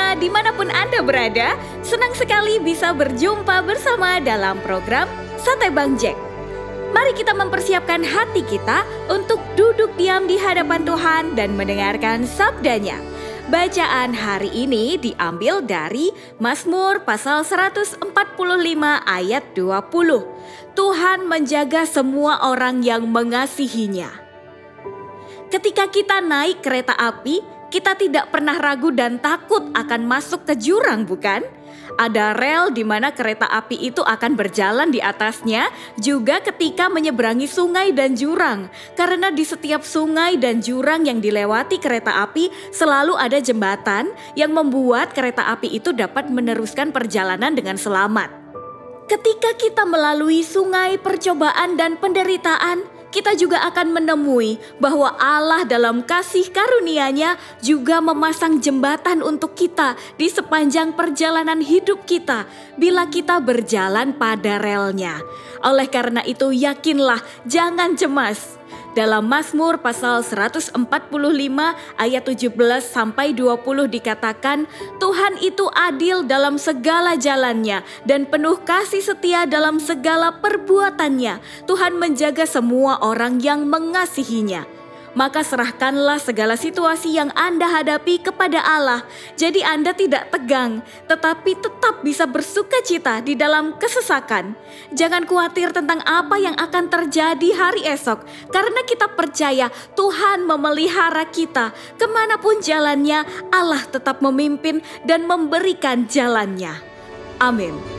semuanya, dimanapun Anda berada, senang sekali bisa berjumpa bersama dalam program Sate Bang Jack. Mari kita mempersiapkan hati kita untuk duduk diam di hadapan Tuhan dan mendengarkan sabdanya. Bacaan hari ini diambil dari Mazmur pasal 145 ayat 20. Tuhan menjaga semua orang yang mengasihinya. Ketika kita naik kereta api, kita tidak pernah ragu dan takut akan masuk ke jurang, bukan? Ada rel di mana kereta api itu akan berjalan di atasnya, juga ketika menyeberangi sungai dan jurang. Karena di setiap sungai dan jurang yang dilewati kereta api selalu ada jembatan yang membuat kereta api itu dapat meneruskan perjalanan dengan selamat. Ketika kita melalui sungai percobaan dan penderitaan, kita juga akan menemui bahwa Allah dalam kasih karunia-Nya juga memasang jembatan untuk kita di sepanjang perjalanan hidup kita bila kita berjalan pada relnya. Oleh karena itu yakinlah, jangan cemas. Dalam Mazmur pasal 145 ayat 17 sampai 20 dikatakan, Tuhan itu adil dalam segala jalannya dan penuh kasih setia dalam segala perbuatannya. Tuhan menjaga semua orang yang mengasihinya. Maka serahkanlah segala situasi yang Anda hadapi kepada Allah. Jadi Anda tidak tegang, tetapi tetap bisa bersuka cita di dalam kesesakan. Jangan khawatir tentang apa yang akan terjadi hari esok, karena kita percaya Tuhan memelihara kita. Kemanapun jalannya, Allah tetap memimpin dan memberikan jalannya. Amin.